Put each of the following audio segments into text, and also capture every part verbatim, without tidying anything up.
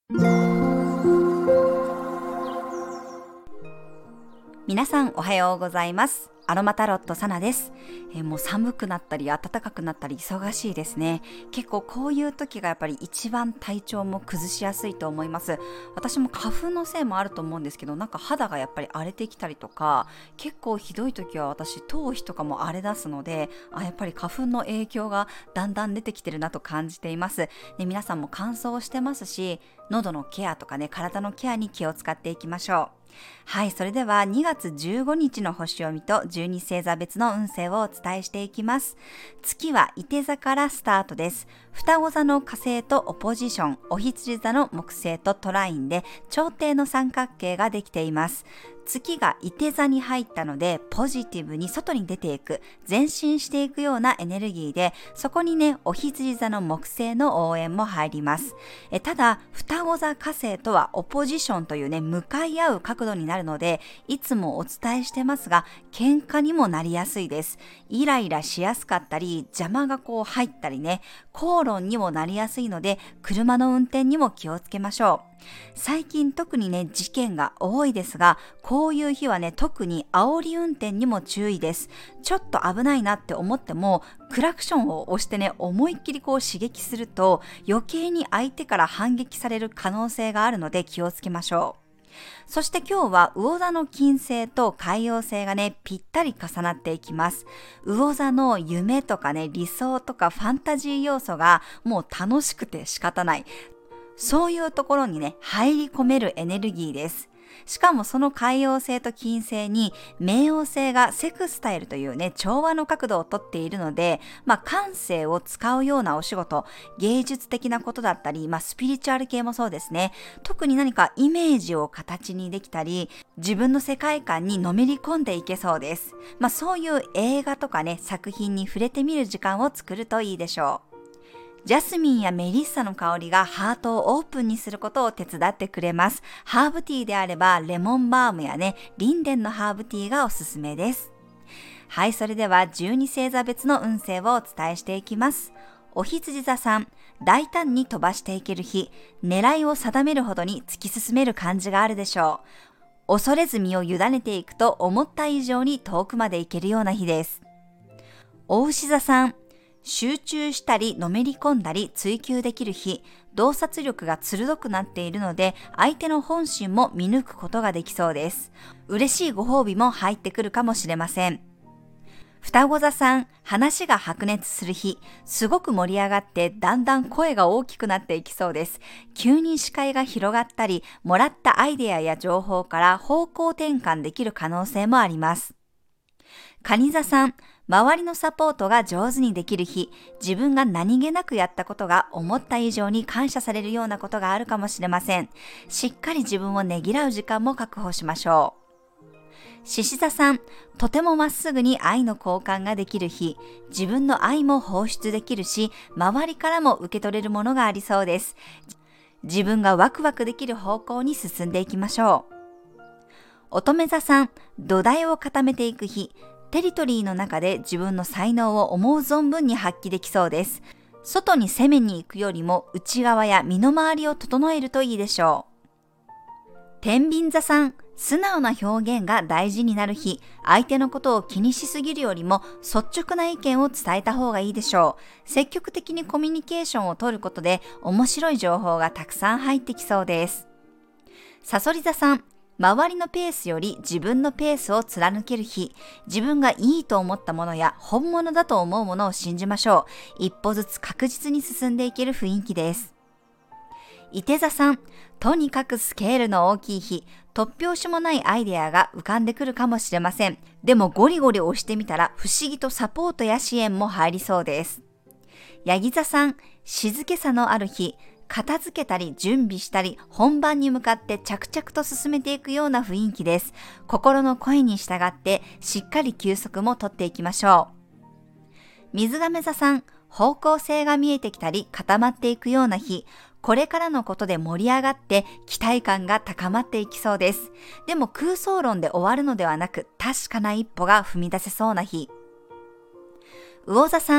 皆さんおはようございます。アロマタロットサナです。えー、もう寒くなったり暖かくなったり忙しいですね。結構こういう時がやっぱり一番体調も崩しやすいと思います。私も花粉のせいもあると思うんですけど、なんか肌がやっぱり荒れてきたりとか、結構ひどい時は私頭皮とかも荒れ出すので、あやっぱり花粉の影響がだんだん出てきてるなと感じています。で皆さんも乾燥してますし、喉のケアとかね、体のケアに気を使っていきましょう。はい、それではにがつじゅうごにちの星読みとじゅうに星座別の運勢をお伝えしていきます。月は射手座からスタートです。双子座の火星とオポジション、お羊座の木星とトラインで頂点の三角形ができています。月が射手座に入ったので、ポジティブに外に出ていく、前進していくようなエネルギーで、そこにね、お羊座の木星の応援も入ります。えただ、双子座火星とはオポジションというね、向かい合う角度になるので、いつもお伝えしてますが、喧嘩にもなりやすいです。イライラしやすかったり、邪魔がこう入ったりね、口論にもなりやすいので、車の運転にも気をつけましょう。最近特にね事件が多いですが、こういう日はね特に煽り運転にも注意です。ちょっと危ないなって思ってもクラクションを押してね思いっきりこう刺激すると余計に相手から反撃される可能性があるので気をつけましょう。そして今日は魚座の金星と海洋星がねぴったり重なっていきます。魚座の夢とかね理想とかファンタジー要素がもう楽しくて仕方ない、そういうところにね、入り込めるエネルギーです。しかもその海洋星と金星に冥王星がセクスタイルというね、調和の角度をとっているので、まあ感性を使うようなお仕事、芸術的なことだったり、まあスピリチュアル系もそうですね。特に何かイメージを形にできたり、自分の世界観にのめり込んでいけそうです。まあそういう映画とかね、作品に触れてみる時間を作るといいでしょう。ジャスミンやメリッサの香りがハートをオープンにすることを手伝ってくれます。ハーブティーであればレモンバームやね、リンデンのハーブティーがおすすめです。はい、それではじゅうに星座別の運勢をお伝えしていきます。お羊座さん、大胆に飛ばしていける日、狙いを定めるほどに突き進める感じがあるでしょう。恐れず身を委ねていくと思った以上に遠くまで行けるような日です。お牛座さん、集中したりのめり込んだり追求できる日、洞察力が鋭くなっているので相手の本心も見抜くことができそうです。嬉しいご褒美も入ってくるかもしれません。双子座さん、話が白熱する日、すごく盛り上がってだんだん声が大きくなっていきそうです。急に視界が広がったり、もらったアイデアや情報から方向転換できる可能性もあります。蟹座さん、周りのサポートが上手にできる日、自分が何気なくやったことが思った以上に感謝されるようなことがあるかもしれません。しっかり自分をねぎらう時間も確保しましょう。獅子座さん、とてもまっすぐに愛の交換ができる日、自分の愛も放出できるし、周りからも受け取れるものがありそうです。自分がワクワクできる方向に進んでいきましょう。乙女座さん、土台を固めていく日、テリトリーの中で自分の才能を思う存分に発揮できそうです。外に攻めに行くよりも内側や身の回りを整えるといいでしょう。天秤座さん、素直な表現が大事になる日、相手のことを気にしすぎるよりも率直な意見を伝えた方がいいでしょう。積極的にコミュニケーションを取ることで面白い情報がたくさん入ってきそうです。蠍座さん、周りのペースより自分のペースを貫ける日、自分がいいと思ったものや本物だと思うものを信じましょう。一歩ずつ確実に進んでいける雰囲気です。射手座さん、とにかくスケールの大きい日、突拍子もないアイデアが浮かんでくるかもしれません。でもゴリゴリ押してみたら不思議とサポートや支援も入りそうです。ヤギ座さん、静けさのある日、片付けたり準備したり本番に向かって着々と進めていくような雰囲気です。心の声に従ってしっかり休息もとっていきましょう。水亀座さん、方向性が見えてきたり固まっていくような日、これからのことで盛り上がって期待感が高まっていきそうです。でも空想論で終わるのではなく確かな一歩が踏み出せそうな日。魚座さん、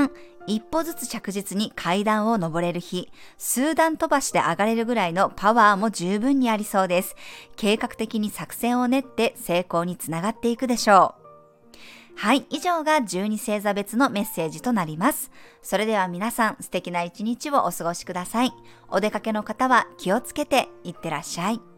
一歩ずつ着実に階段を登れる日、数段飛ばして上がれるぐらいのパワーも十分にありそうです。計画的に作戦を練って成功につながっていくでしょう。はい、以上がじゅうに星座別のメッセージとなります。それでは皆さん、素敵な一日をお過ごしください。お出かけの方は気をつけていってらっしゃい。